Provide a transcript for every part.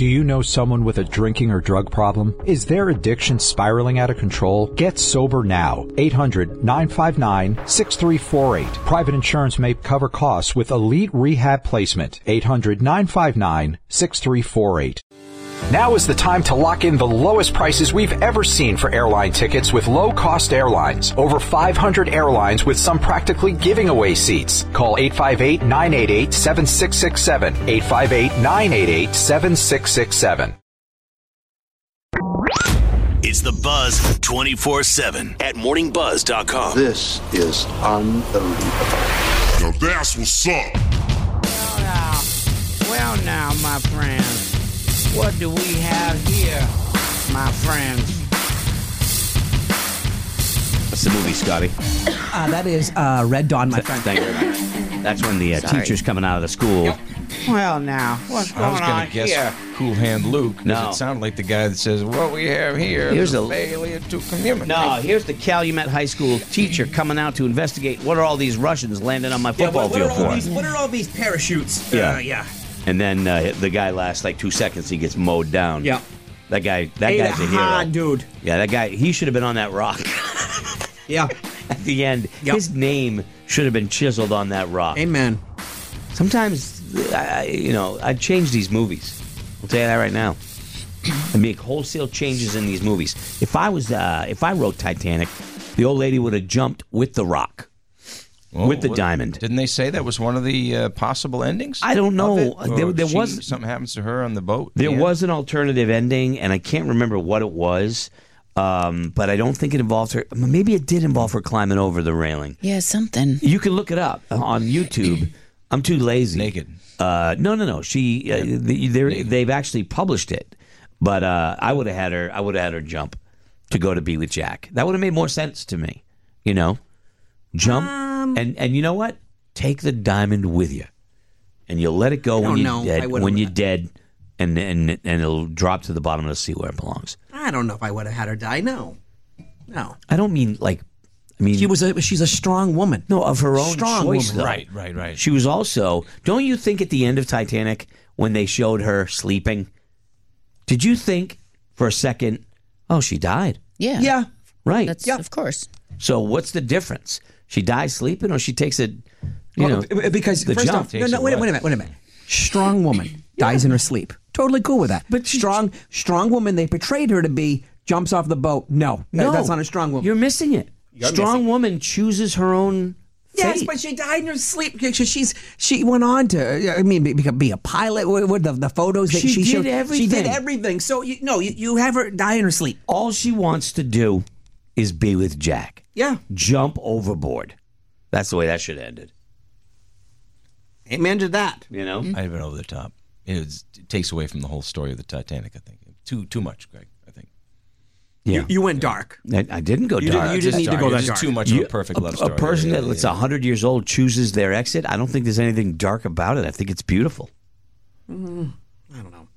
Do you know someone with a drinking or drug problem? Is their addiction spiraling out of control? Get sober now. 800-959-6348. Private insurance may cover costs with Elite Rehab Placement. 800-959-6348. Now is the time to lock in the lowest prices we've ever seen for airline tickets with low-cost airlines. Over 500 airlines with some practically giving away seats. Call 858-988-7667. 858-988-7667. It's The Buzz 24/7 at morningbuzz.com. This is unbelievable. Now that's what's up. Well now, my friends. What do we have here, my friends? What's the movie, Scotty? That is Red Dawn, my friend. Thank you very much. That's when the teacher's coming out of the school. Yep. Well now, what's going I was on going to guess here? Cool Hand Luke, because No. it sounded like the guy that says, what we have here Here's is a- a failure to communicate. No, here's the Calumet High School teacher coming out to investigate what are all these Russians landing on my football field for. What are all these parachutes? Yeah. And then the guy lasts like 2 seconds. He gets mowed down. Yeah. That guy's a hero. Dude. Yeah, that guy, he should have been on that rock. Yeah. At the end, Yep. his name should have been chiseled on that rock. Amen. Sometimes, I'd change these movies. I'll tell you that right now. And make wholesale changes in these movies. If I wrote Titanic, the old lady would have jumped with the rock. With the diamond. Didn't they say that was one of the possible endings? I don't know. There Or was something happens to her on the boat. There Yeah. was an alternative ending, and I can't remember what it was. But I don't think it involved her. Maybe it did involve her climbing over the railing. Yeah, something. You can look it up on YouTube. I'm too lazy. Naked. No. They've actually published it, but I would have had her jump to go to be with Jack. That would have made more sense to me. Jump and you know what? Take the diamond with you, and you'll let it go when you're dead. When you're dead, and it'll drop to the bottom of the sea where it belongs. I don't know if I would have had her die. No. I don't mean like. I mean, she's a strong woman. No, of her own strong choice, woman. though. Right. She was also. Don't you think at the end of Titanic when they showed her sleeping, did you think for a second, oh, she died? Yeah. Yeah. Right. That's, of course. So what's the difference? She dies sleeping, or she takes it? Because the first jump. off, no, wait a minute. Strong woman dies in her sleep. Totally cool with that. But strong woman, they portrayed her to be, jumps off the boat. No, that's not a strong woman. You're missing it. Strong woman chooses her own fate. Yes, but she died in her sleep because she went on to be a pilot. What the photos that she did showed? everything. She did everything. So you have her die in her sleep. All she wants to do is be with Jack. Yeah. Jump overboard. That's the way that should have ended. Amen to that. I'd have been over the top. It takes away from the whole story of the Titanic, I think. Too much, Greg, I think. Yeah. You went dark. I didn't go dark. You didn't need to go that It's dark. too much of a perfect love story. A person that's 100 years old chooses their exit. I don't think there's anything dark about it. I think it's beautiful. I don't know.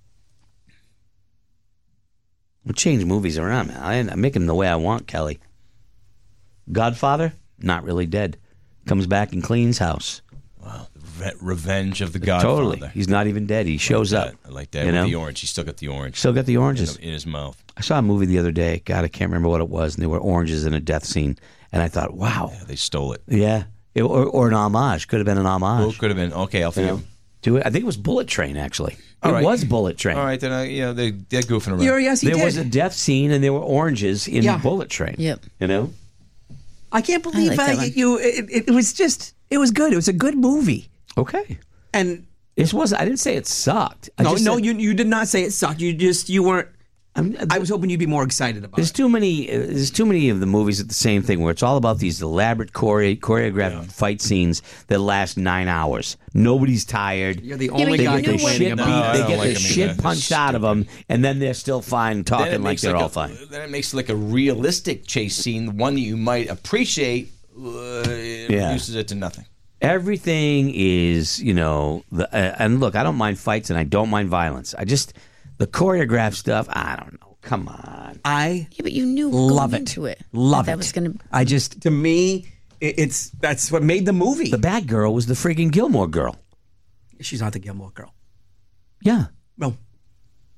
We'll change movies around, man. I make them the way I want, Kelly. Godfather, not really dead. Comes back and cleans house. Wow. Revenge of the Godfather. Totally. He's not even dead. He shows up. I like that. With the orange. He still got the orange. Still got the oranges. In his mouth. I saw a movie the other day. God, I can't remember what it was. And there were oranges in a death scene. And I thought, wow. Yeah, they stole it. Yeah. Or an homage. Could have been an homage. Well, could have been. Okay, I'll forgive. Do it. I think it was Bullet Train, actually. All right. It was Bullet Train. All right, then, they're goofing around. Yes, he there did. was a death scene, and there were oranges in Bullet Train. Yep. I can't believe I like that it was just, it was good. It was a good movie. Okay. And I didn't say it sucked. You did not say it sucked. You weren't. I was hoping you'd be more excited about There's it. too many of the movies at the same thing where it's all about these elaborate choreographed fight scenes that last 9 hours. Nobody's tired. You're the only guy They get complaining about they it. get the shit punched out of them, and then they're still fine talking like they're all fine. Then it makes like a realistic chase scene, one that you might appreciate, reduces it to nothing. Everything is, and look, I don't mind fights and I don't mind violence. The choreographed stuff, I don't know. Come on. Yeah, but you knew Love going it. into it. Love that it. was going to. To me, that's what made the movie. The bad girl was the freaking Gilmore Girl. She's not the Gilmore Girl. Yeah. Well,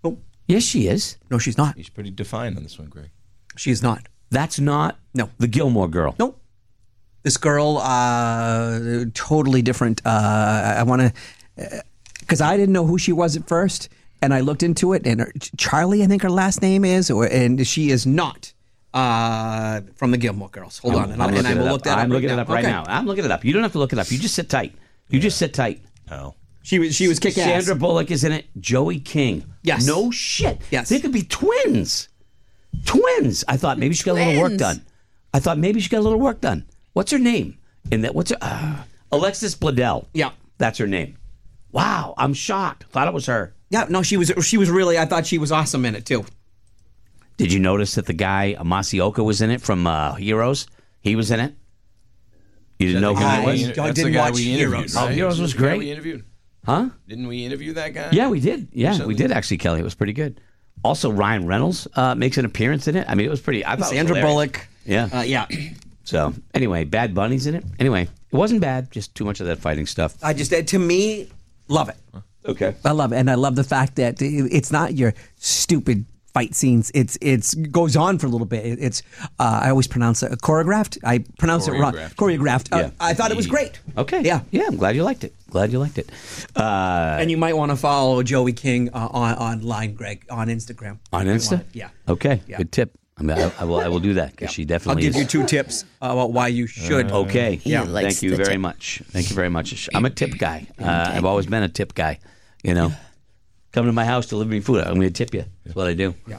Yes, she is. No, she's not. He's pretty defined on this one, Greg. She is not. That's not the Gilmore Girl. Nope. This girl, totally different. I want to, because I didn't know who she was at first, and I looked into it, and Charlie, I think her last name is, and she is not from the Gilmore Girls. Hold on, and I will look that up. I'm looking it up right now. I'm looking it up. You don't have to look it up. You just sit tight. Just sit tight. Oh. She was kick-ass. Sandra Bullock is in it. Joey King. Yes. No shit. Yes. They could be twins. Twins. I thought maybe she got a little work done. What's her name? Alexis Bledel. Yeah. That's her name. Wow, I'm shocked. Thought it was her. Yeah, no, she was really, I thought she was awesome in it too. Did you notice that the guy, Masioka, was in it from Heroes? He was in it? You didn't know who he was? I didn't watch Heroes. Right? Oh, Heroes was great. We interviewed. Huh? Didn't we interview that guy? Yeah, we did. Yeah, Recently? we did actually, Kelly. It was pretty good. Also, Ryan Reynolds makes an appearance in it. I mean, it was pretty. I thought Sandra Bullock. Yeah. Yeah. So, anyway, Bad Bunny's in it. Anyway, it wasn't bad, just too much of that fighting stuff. I just, to me, love it. Okay. I love it. And I love the fact that it's not your stupid fight scenes. It's goes on for a little bit. It's I always pronounce it choreographed. I pronounce it wrong. Choreographed. Yeah. I thought it was great. Okay. Yeah. Yeah, I'm glad you liked it. And you might want to follow Joey King online, Greg, on Instagram. On Insta? Yeah. Okay. Yeah. Good tip. I mean, I will do that because she definitely I'll give is. you 2 tips about why you should. Okay. Yeah. Thank you very much. Thank you very much. I'm a tip guy. I've always been a tip guy. You know, come to my house, deliver me food. I'm going to tip you. That's what I do. Yeah.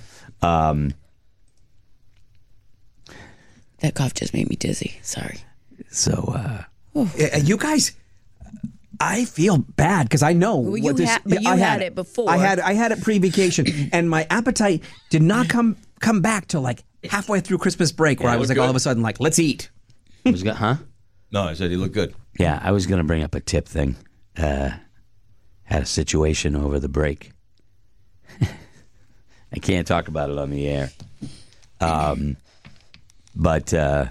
That cough just made me dizzy. Sorry. So, you guys, I feel bad because I know Well, what this. but you I had it before. I had it pre-vacation, and my appetite did not come back till like halfway through Christmas break, where I was like all of a sudden like, let's eat. huh? No, I said he looked good. Yeah, I was going to bring up a tip thing. Had a situation over the break. I can't talk about it on the air. But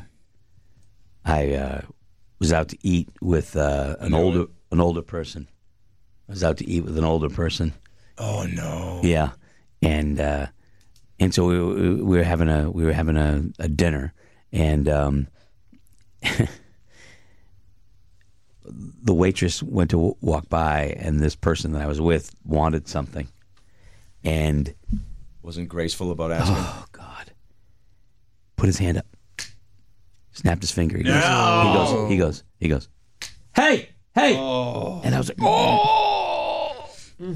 I was out to eat with an older person. I was out to eat with an older person. Oh no! Yeah, and so we were having a dinner, and the waitress went to walk by, and this person that I was with wanted something, and wasn't graceful about asking. Oh God! Put his hand up, snapped his finger. He goes, hey, Oh. and I was like, oh,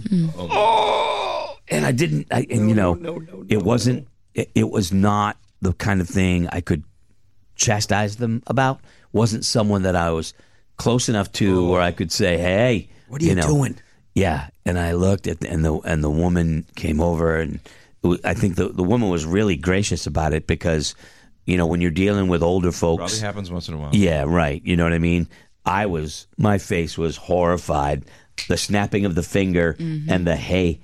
and I didn't, it wasn't, it was not the kind of thing I could chastise them about. Wasn't someone that I was close enough to where I could say, hey, What are you doing? Yeah, and I looked at and the woman came over, and I think the woman was really gracious about it because, when you're dealing with older folks, Probably happens once in a while. yeah, right. You know what I mean? My face was horrified. The snapping of the finger and the hey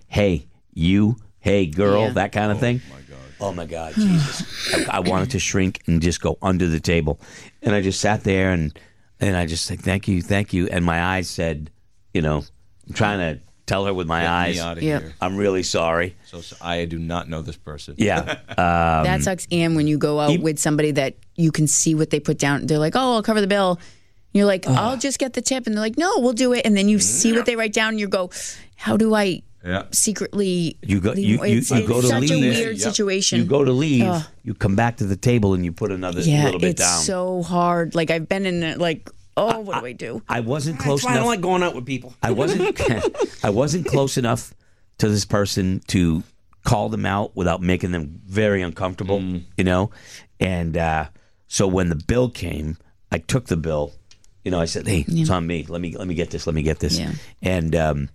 girl, that kind of thing. Oh my God, Jesus! I wanted to shrink and just go under the table, and I just sat there and I just said thank you, and my eyes said, I'm trying to tell her with my Get eyes, me out of Yep. here. I'm really sorry. So I do not know this person. Yeah, That sucks. And when you go out with somebody that you can see what they put down, they're like, "Oh, I'll cover the bill." You're like, "I'll just get the tip," and they're like, "No, we'll do it." And then you see what they write down, and you go, "How do I secretly?" You go to it's such leave. a weird situation. You go to leave. You come back to the table and you put another little bit it's down. so hard. Like I've been in it. Like, what do I do? I wasn't close That's why I enough. don't like going out with people. I wasn't close enough to this person to call them out without making them very uncomfortable, And so when the bill came, I took the bill. I said, "Hey, it's on me. Let me get this. Let me get this." Yeah. And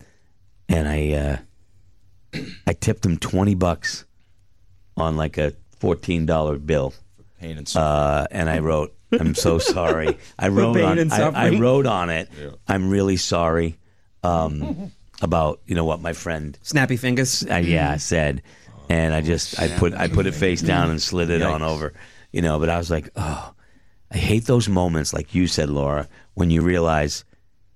I tipped him $20 on like a $14 bill. Pain and suffering. And I wrote, "I'm so sorry." I wrote pain on and I suffering. wrote on it, "I'm really sorry about what my friend Snappy fingers. said," and I put it face down and slid it on over, But I was like, oh, I hate those moments, like you said, Laura, when you realize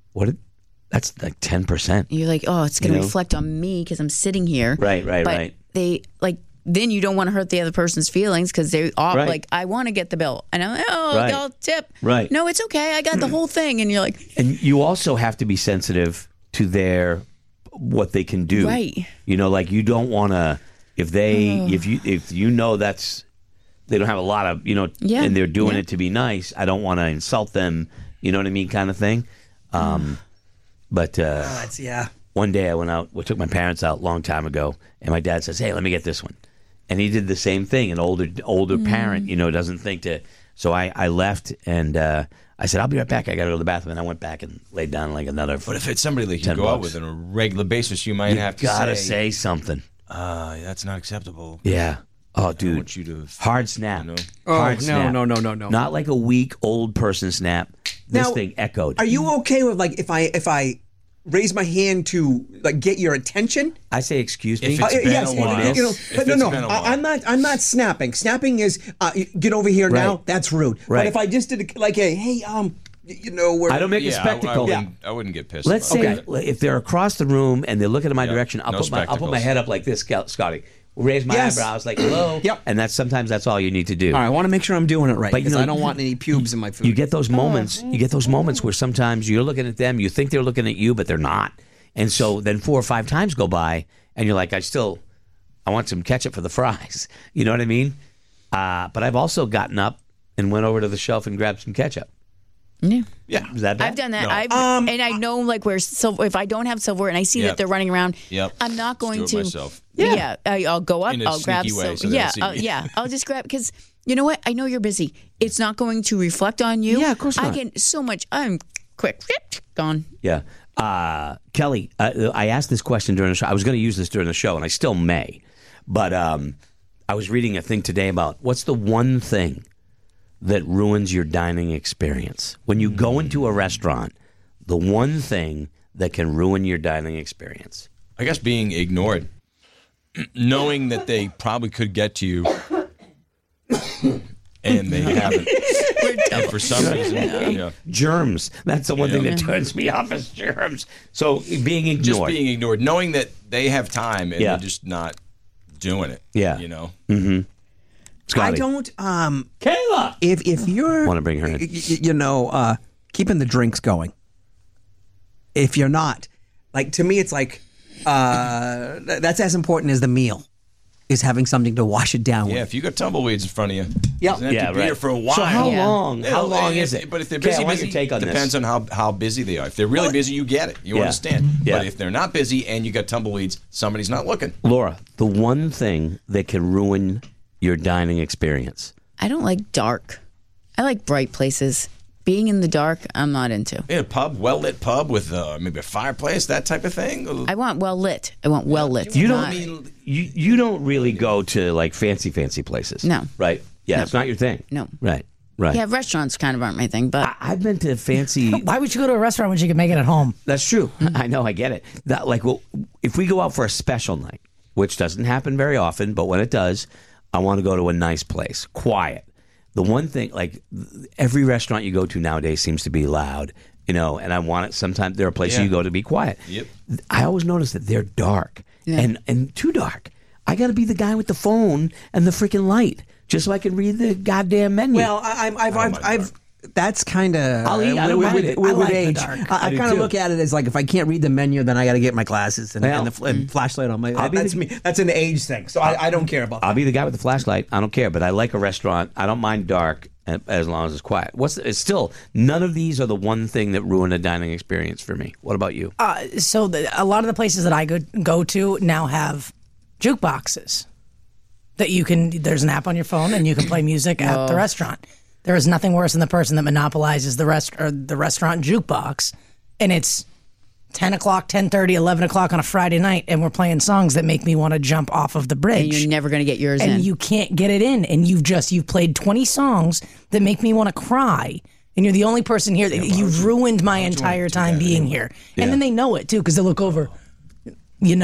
that's like 10%. You're like, "Oh, it's going to reflect on me because I'm sitting here." Right. But they like. Then you don't want to hurt the other person's feelings because they are Right. like, I want to get the bill, and I'm like, Right. I'll tip. Right. No, it's okay. I got the whole thing, and you're like, And you also have to be sensitive to what they can do. Right. You know, like you don't want to if you know that's they don't have a lot of Yeah. and they're doing Yeah. it to be nice. I don't want to insult them. You know what I mean, kind of thing. But one day I went out. We took my parents out a long time ago, and my dad says, "Hey, let me get this one." And he did the same thing. An older parent, doesn't think to. So I left, and I said, "I'll be right back. I got to go to the bathroom." And I went back and laid down like another. But if it's somebody that you go out with on a regular basis, you might have to gotta say something. That's not acceptable. Yeah. Oh, I dude. want you to hard snap. You know? Hard no, snap. no. Not like a weak old person snap. This Now, thing echoed. Are you okay with like if I raise my hand to like get your attention? I say, excuse me. If it's been yes, a while. but no. I'm not snapping. Snapping is get over here now. That's rude. Right. But if I just did like hey, we're, I don't make a spectacle. I wouldn't get pissed. Let's say if they're across the room and they're looking in my direction, I'll no put my spectacles. head up like this, Scotty. Raise my Yes. eyebrows like hello. Yep. And sometimes that's all you need to do. All right, I want to make sure I'm doing it right But, because I don't want any pubes in my food. You get those moments. You get those moments where sometimes you're looking at them, you think they're looking at you, but they're not. And so then 4 or 5 times go by, and you're like, I want some ketchup for the fries. You know what I mean? But I've also gotten up and went over to the shelf and grabbed some ketchup. Yeah. Is that bad? I've done that. No. And I know like where if I don't have silverware and I see that they're running around, I'm not going Just do it to. myself. Yeah, I'll go up. In a I'll grab sneaky way silverware. so they don't see me. I'll just grab because you know what? I know you're busy. It's not going to reflect on you. Yeah, of course not. I can so much. I'm quick. Gone. Yeah. Kelly, I asked this question during the show. I was going to use this during the show, and I still may. But I was reading a thing today about what's the one thing that ruins your dining experience. When you go into a restaurant, the one thing that can ruin your dining experience. I guess being ignored. Knowing that they probably could get to you and they haven't. And for some reason, Germs. That's the one thing that turns me off is germs. So being ignored. Just being ignored. Knowing that they have time and Yeah. they're just not doing it. Yeah. You know? Mm-hmm. I don't. Kayla! If you're Want to bring her in. keeping the drinks going. If you're not, like to me, it's like that's as important as the meal. Is having something to wash it down Yeah, with. if you got tumbleweeds in front of you, Yep. doesn't have to be here for a while. So how Yeah. long? How long is it? But if they're Okay, busy, I want your take on depends this. on how busy they are. If they're really busy, you get it. You Yeah. understand. Yeah. But if they're not busy and you got tumbleweeds, somebody's not looking. Laura, the one thing that can ruin your dining experience. I don't like dark. I like bright places. Being in the dark, I'm not into. In a pub, well-lit pub with maybe a fireplace, that type of thing. I want well lit. I want well lit. You don't you don't really go to like fancy places. No. Right? Yeah, No. it's not your thing. No. Right. Right. Yeah, restaurants kind of aren't my thing, but I've been to fancy. Why would you go to a restaurant when you can make it at home? That's true. I know. I get it. That, like, well, if we go out for a special night, which doesn't happen very often, but when it does, I want to go to a nice place, quiet. The one thing, like, every restaurant you go to nowadays seems to be loud, and I want it. Sometimes there are places you go to be quiet. Yep. I always notice that they're dark and too dark. I got to be the guy with the phone and the freaking light just so I can read the goddamn menu. Well, I've that's kind of I'll eat. I don't mind it. I with like the age. dark. I do kind of too. look at it as like if I can't read the menu, then I got to get my glasses and, Well, and flashlight on my. I'll be That's the- me. That's an age thing. So I don't care about that. I'll be the guy with the flashlight. I don't care, but I like a restaurant. I don't mind dark as long as it's quiet. It's still none of these are the one thing that ruin a dining experience for me. What about you? So a lot of the places that I go to now have jukeboxes that you can. There's an app on your phone and you can play music at the restaurant. There is nothing worse than the person that monopolizes the restaurant jukebox, and it's 10 o'clock, 10:30, 11 o'clock on a Friday night, and we're playing songs that make me want to jump off of the and bridge. you're never going to get yours in. And you can't get it in, and you've played 20 songs that make me want to cry, and you're the only person here that you've ruined my entire time being here. And then they know it too because they look over.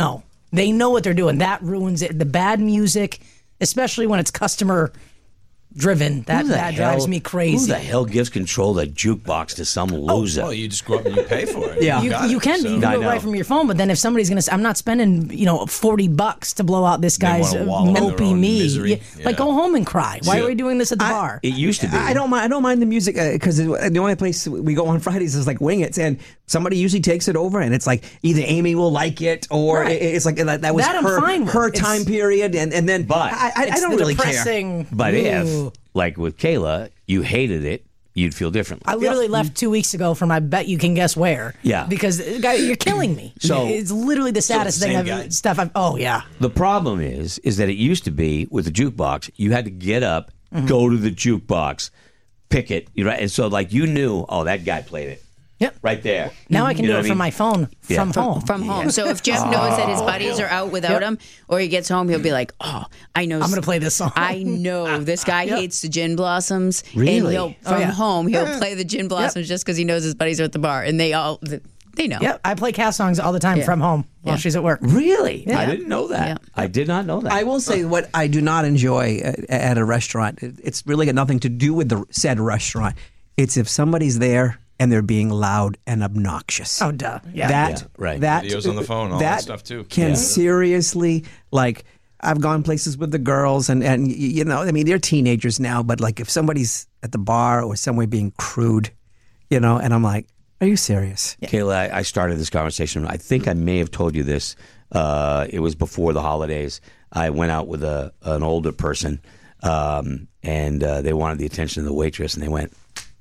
They know what they're doing. That ruins it. The bad music, especially when it's customer driven. That drives me crazy. Who the hell gives control of the jukebox to some loser? Well, you just go up and you pay for it. Yeah, you can do it right from your phone. But then if somebody's gonna, I'm not spending $40 to blow out this guy's mopey me. Like, go home and cry. Why are we doing this at the bar? It used to be. I don't mind the music because the only place we go on Fridays is like Wing It, and somebody usually takes it over, and it's like either Amy will like it or it's like that was her time period, and then. But I don't really care. But if, like with Kayla, you hated it, you'd feel differently. I literally left 2 weeks ago for my Bet You Can Guess Where. Yeah. Because, guy, you're killing me. So it's literally the saddest thing oh, yeah. The problem is that it used to be with the jukebox, you had to get up, go to the jukebox, pick it, and so like you knew, that guy played it. Yep. Right there. Now I can do it from my phone from home. From home. So if Jeff knows that his buddies are out without him, or he gets home, he'll be like, I know. I'm going to play this song. I know this guy hates the Gin Blossoms. Really? And from home, he'll play the Gin Blossoms just because he knows his buddies are at the bar. And they know. Yep. I play Cass songs all the time from home while she's at work. Really? Yeah. I didn't know that. Yeah. I did not know that. I will say what I do not enjoy at a restaurant, it's really got nothing to do with the said restaurant. It's if somebody's there and they're being loud and obnoxious. Oh, duh. Yeah. That videos on the phone, all that stuff too. Can seriously, like, I've gone places with the girls and they're teenagers now, but like if somebody's at the bar or somewhere being crude, and I'm like, are you serious? Yeah. Kayla, I started this conversation. I think I may have told you this. It was before the holidays. I went out with an older person, and they wanted the attention of the waitress, and they went,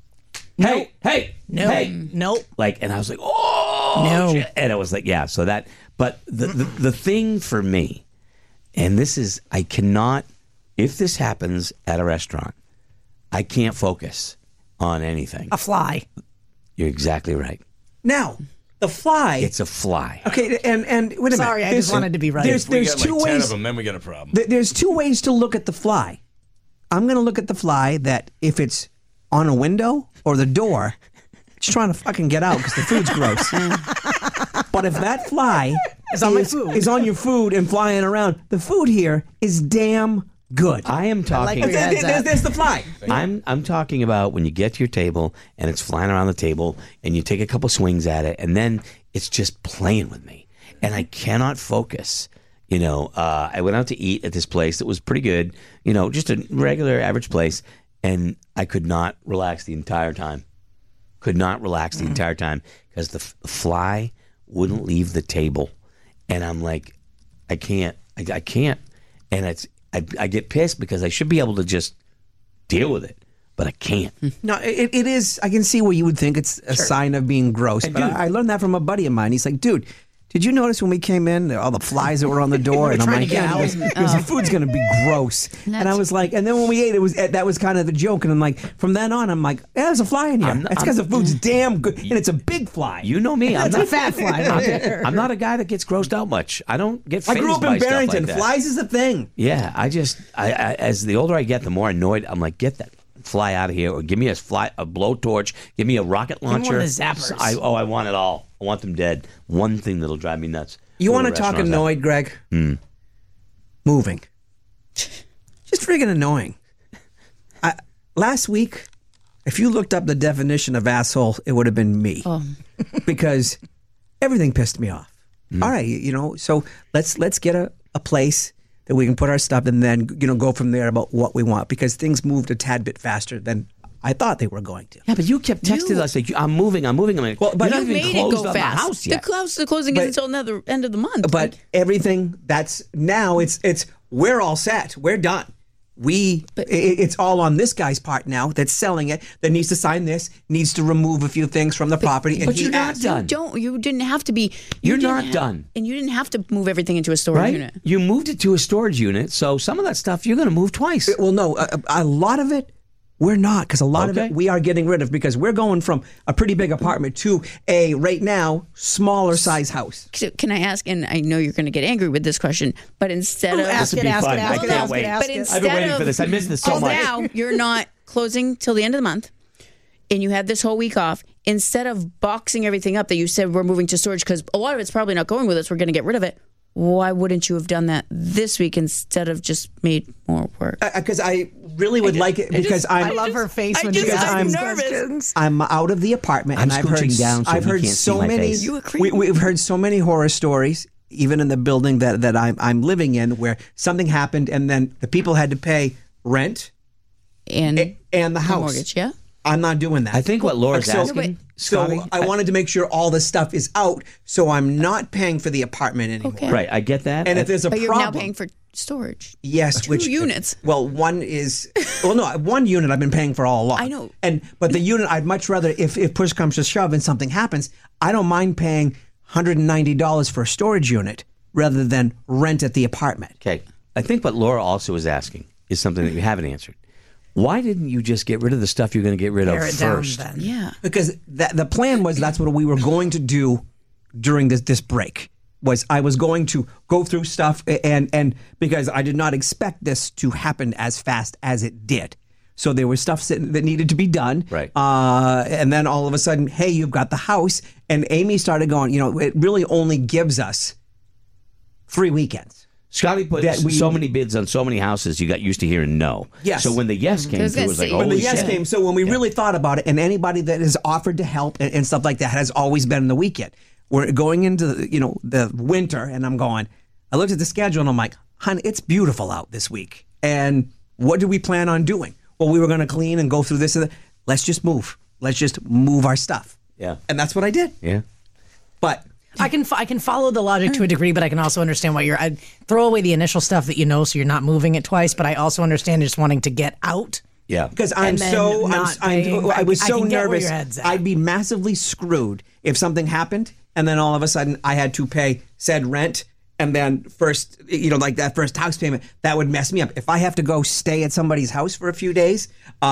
Hey, nope. Like, and I was like, no, shit. And I was like, yeah. So that, but the thing for me, and this is, I cannot. If this happens at a restaurant, I can't focus on anything. A fly. You're exactly right. Now, the fly. It's a fly. Okay, and wait a minute. Sorry, I just wanted to be right. There's two ways. 10 of them, then we got a problem. There's two ways to look at the fly. I'm going to look at the fly that if it's on a window or the door, it's trying to fucking get out because the food's gross. But if that fly is on your food and flying around, the food here is damn good. I am talking. There's the fly. I'm talking about when you get to your table and it's flying around the table and you take a couple swings at it and then it's just playing with me and I cannot focus. I went out to eat at this place that was pretty good. Just a regular average place, and I could not relax the entire time. Because the fly wouldn't leave the table, and I'm like, I can't, and I get pissed because I should be able to just deal with it, but I can't. No, it is. I can see where you would think it's a sign of being gross, but I learned that from a buddy of mine. He's like, dude, did you notice when we came in, all the flies that were on the door? And I'm like, the food's going to be gross. And I was like, and then when we ate, that was kind of the joke. And I'm like, from then on, I'm like, there's a fly in here. That's because the food's damn good. And it's a big fly. You know me. It's a fat fly. I'm not a guy that gets grossed out much. I don't get fazed I grew up by in Barrington. Like Flies is a thing. Yeah, I as the older I get, the more annoyed I'm like, get that fly out of here, or give me a blowtorch, give me a rocket launcher. One of the zappers. I want it all. I want them dead. One thing that'll drive me nuts. You want to talk annoyed, Greg? Moving. Just friggin' annoying. Last week, if you looked up the definition of asshole, it would have been me. Because everything pissed me off. All right, so let's get a place that we can put our stuff and then, go from there about what we want, because things moved a tad bit faster than I thought they were going to. Yeah, but you kept texting us like, I'm moving. I'm like, well, but you made it go fast. The house yet. The closing isn't until another end of the month. But everything that's now, it's we're all set. We're done. It's all on this guy's part now that's selling it, that needs to sign this, needs to remove a few things from the property. But you're not done. You didn't have to be. You're not done. And you didn't have to move everything into a storage unit. You moved it to a storage unit, so some of that stuff you're going to move twice. Well, no, a lot of it, we're not, because a lot of it we are getting rid of, because we're going from a pretty big apartment to a, right now, smaller size house. So can I ask, and I know you're going to get angry with this question, but instead of... Ask it. I can't wait. I've been waiting for this. I missed this so much. Now you're not closing till the end of the month, and you had this whole week off. Instead of boxing everything up that you said we're moving to storage, because a lot of it's probably not going with us, we're going to get rid of it. Why wouldn't you have done that this week instead of just made more work? Because I really would like it because I love her face when she asks I'm these nervous. questions. I'm out of the apartment, I'm and I've heard scooching down so I've he heard can't so see my many. face. You a creep. We've heard so many horror stories, even in the building that I'm living in, where something happened and then the people had to pay rent And the house. mortgage, yeah. I'm not doing that. I think what Laura's So- asking, So Scotty, I wanted to make sure all the stuff is out, so I'm not paying for the apartment anymore. Okay. right, I get that. And if there's a But you're problem, now paying for storage. yes, Two which units. Well, one unit I've been paying for all along. I know. But the unit I'd much rather, if push comes to shove and something happens, I don't mind paying $190 for a storage unit rather than rent at the apartment. okay, I think what Laura also is asking is something that you haven't answered. Why didn't you just get rid of the stuff you're going to get rid Tear of it down first? then. Yeah. Because the plan was that's what we were going to do during this break. Was I was going to go through stuff and because I did not expect this to happen as fast as it did. So there was stuff that needed to be done. Right. And then all of a sudden, hey, you've got the house. And Amy started going, it really only gives us 3 weekends. Scotty put That we- so many bids on so many houses, you got used to hearing no. Yes. So when the yes came was through, it gonna was like, say- oh, When the yes shit. came, so when we really thought about it, and anybody that has offered to help and stuff like that has always been in the weekend. We're going into the winter, and I looked at the schedule, and I'm like, hon, it's beautiful out this week. And what do we plan on doing? Well, we were going to clean and go through this and that. Let's just move. Let's just move our stuff. Yeah. And that's what I did. Yeah. But I can follow the logic to a degree, but I can also understand why I throw away the initial stuff that so you're not moving it twice. But I also understand just wanting to get out. Yeah. because I'm And then so not I paying- was I so can get where nervous, your head's at. I'd be massively screwed if something happened and then all of a sudden I had to pay said rent and then first like that first house payment. That would mess me up. If I have to go stay at somebody's house for a few days,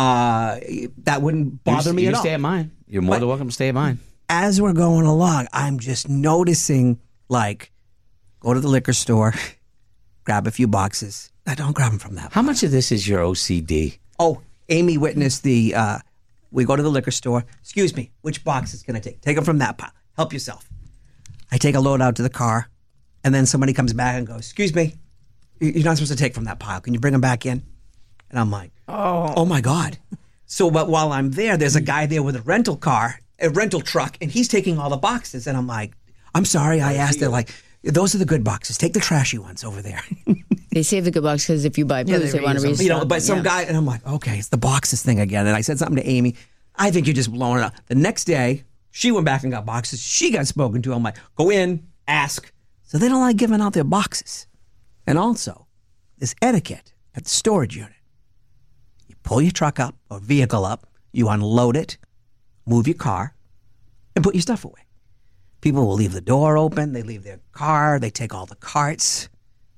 that wouldn't bother me you at all. stay at mine. You're more than welcome to stay at mine. As we're going along, I'm just noticing, like, go to the liquor store, grab a few boxes. I don't grab them from that. How much of this is your OCD? Oh, Amy witnessed we go to the liquor store. Excuse me, which boxes can I take? Take them from that pile. Help yourself. I take a load out to the car, and then somebody comes back and goes, excuse me, you're not supposed to take from that pile. Can you bring them back in? And I'm like, oh my God. So, but while I'm there, there's a guy there with a rental truck, and he's taking all the boxes. And I'm like, I'm sorry, I asked. They're like, those are the good boxes. Take the trashy ones over there. They save the good box because if you buy booze, they want to reuse restock. But some guy, and I'm like, okay, it's the boxes thing again. And I said something to Amy. I think you're just blowing it up. The next day, she went back and got boxes. She got spoken to. I'm like, go in, ask. So they don't like giving out their boxes. And also, this etiquette at the storage unit. You pull your truck up or vehicle up, you unload it, move your car, and put your stuff away. People will leave the door open. They leave their car. They take all the carts.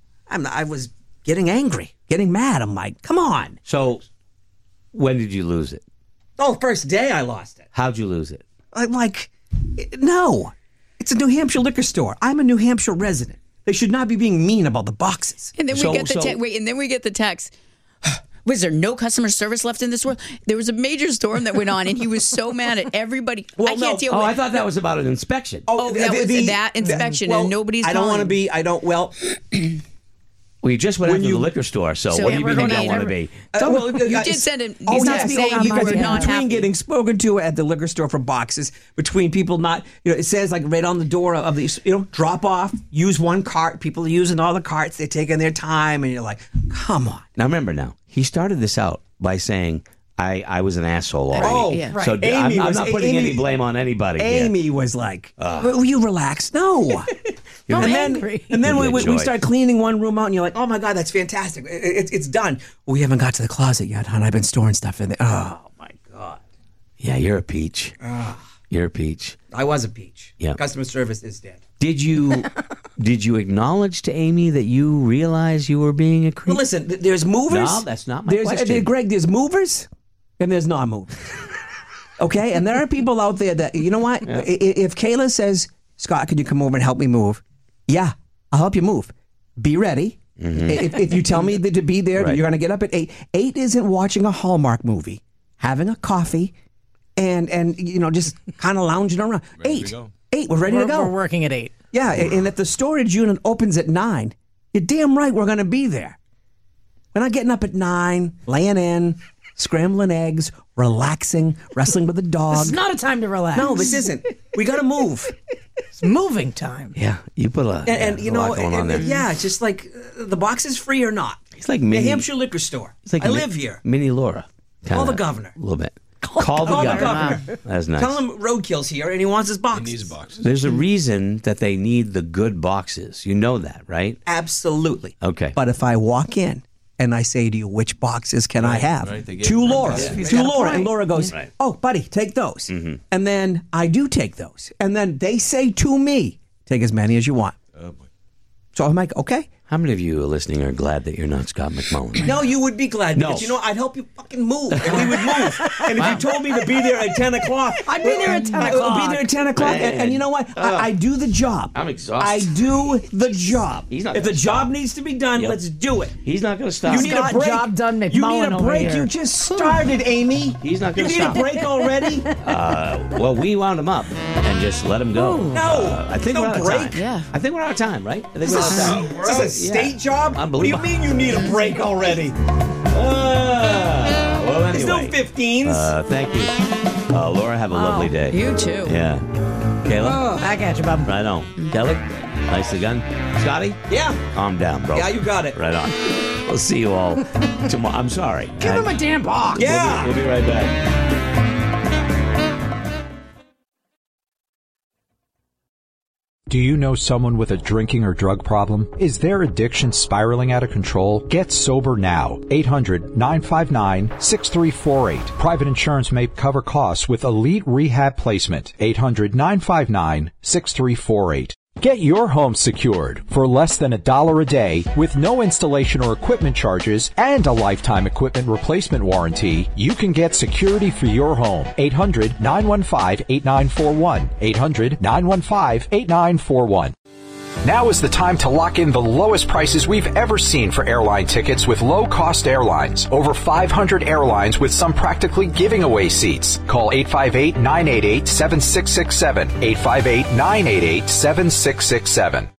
I was getting angry, getting mad. I'm like, come on. So when did you lose it? Oh, first day I lost it. How'd you lose it? I'm like, no. It's a New Hampshire liquor store. I'm a New Hampshire resident. They should not be being mean about the boxes. And then we get the text. Was there no customer service left in this world? There was a major storm that went on, and he was so mad at everybody. I can't deal with I thought that was about an inspection. that was that inspection, and nobody's I don't want to calling. be, Well, you just went into the liquor store, so what do you mean you don't want to be? You did send him. Oh, He's yes. not saying you were not between happy. getting spoken to at the liquor store for boxes, between people not, it says like right on the door of these, drop off, use one cart. People are using all the carts. They're taking their time, and you're like, come on. Now remember, he started this out by saying, I was an asshole already. Oh, Yeah. right. So I'm not putting any blame on anybody. Amy was like, will you relax? No. I'm and angry. then You're we Joy. start cleaning one room out, and you're like, oh my God, that's fantastic. It's done. Well, we haven't got to the closet yet, hon. I've been storing stuff in there. Oh my God. Yeah, you're a peach. You're a peach. I was a peach. Yeah. Customer service is dead. Did you acknowledge to Amy that you realized you were being a creep? Well, listen, there's movers. No, that's not my question. Greg, there's movers and there's non-movers. Okay? And there are people out there that, you know what? Yeah. If Kayla says, Scott, could you come over and help me move? Yeah, I'll help you move. Be ready. If you tell me to be there, Right. you're going to get up at 8. 8 isn't watching a Hallmark movie, having a coffee, and just kind of lounging around. 8. 8, we're ready to go. We're working at 8. Yeah, and if the storage unit opens at 9, you're damn right we're going to be there. We're not getting up at 9, laying in, scrambling eggs, relaxing, wrestling with the dog. This is not a time to relax. No, this isn't. We got to move. It's moving time. Yeah, you put a lot going on there. Yeah, it's just like the box is free or not. He's like New Hampshire liquor store. Like I live here. Mini Laura. Call the governor. A little bit. Call the governor. That's nice. Tell him Roadkill's here and he wants his boxes. He needs boxes. There's a reason that they need the good boxes. You know that, right? Absolutely. Okay. But if I walk in and I say to you, which boxes can I have? Right, to Laura. To Laura. And Laura goes, oh, buddy, take those. Mm-hmm. And then I do take those. And then they say to me, take as many as you want. Oh, boy. So I'm like, okay. How many of you listening are glad that you're not Scott McMullen? No, you would be glad. No. Because, I'd help you fucking move. And we would move. And if you told me to be there at 10 o'clock. I'd be there at 10 o'clock. I'd be there at 10 o'clock. And you know what? I do the job. I'm exhausted. I do the job. He's not if the gonna job stop. needs to be done, let's do it. He's not going to stop. You need a break. Job done, McMullen you need a over break. here. You just started, Amy. He's not going to stop. You need a break already? Well, we wound him up and just let him go. No. I think No we're out of break. time. Yeah. I think we're out of time, right? I think we're out of time. Is this a state job? Unbelievable. What do you mean you need a break already? Well, anyway. There's no 15s. Thank you. Laura, have a lovely day. You too. Yeah. Kayla? Back at you, bub. Right on. Kelly? Nicely done. Scotty? Yeah. Calm down, bro. Yeah, you got it. Right on. We'll see you all tomorrow. I'm sorry. Give him a damn box. Yeah. We'll be right back. Do you know someone with a drinking or drug problem? Is their addiction spiraling out of control? Get sober now. 800-959-6348. Private insurance may cover costs with Elite Rehab Placement. 800-959-6348. Get your home secured for less than $1 a day with no installation or equipment charges and a lifetime equipment replacement warranty. You can get security for your home. 800-915-8941. 800-915-8941. Now is the time to lock in the lowest prices we've ever seen for airline tickets with low-cost airlines. Over 500 airlines with some practically giving away seats. Call 858-988-7667. 858-988-7667.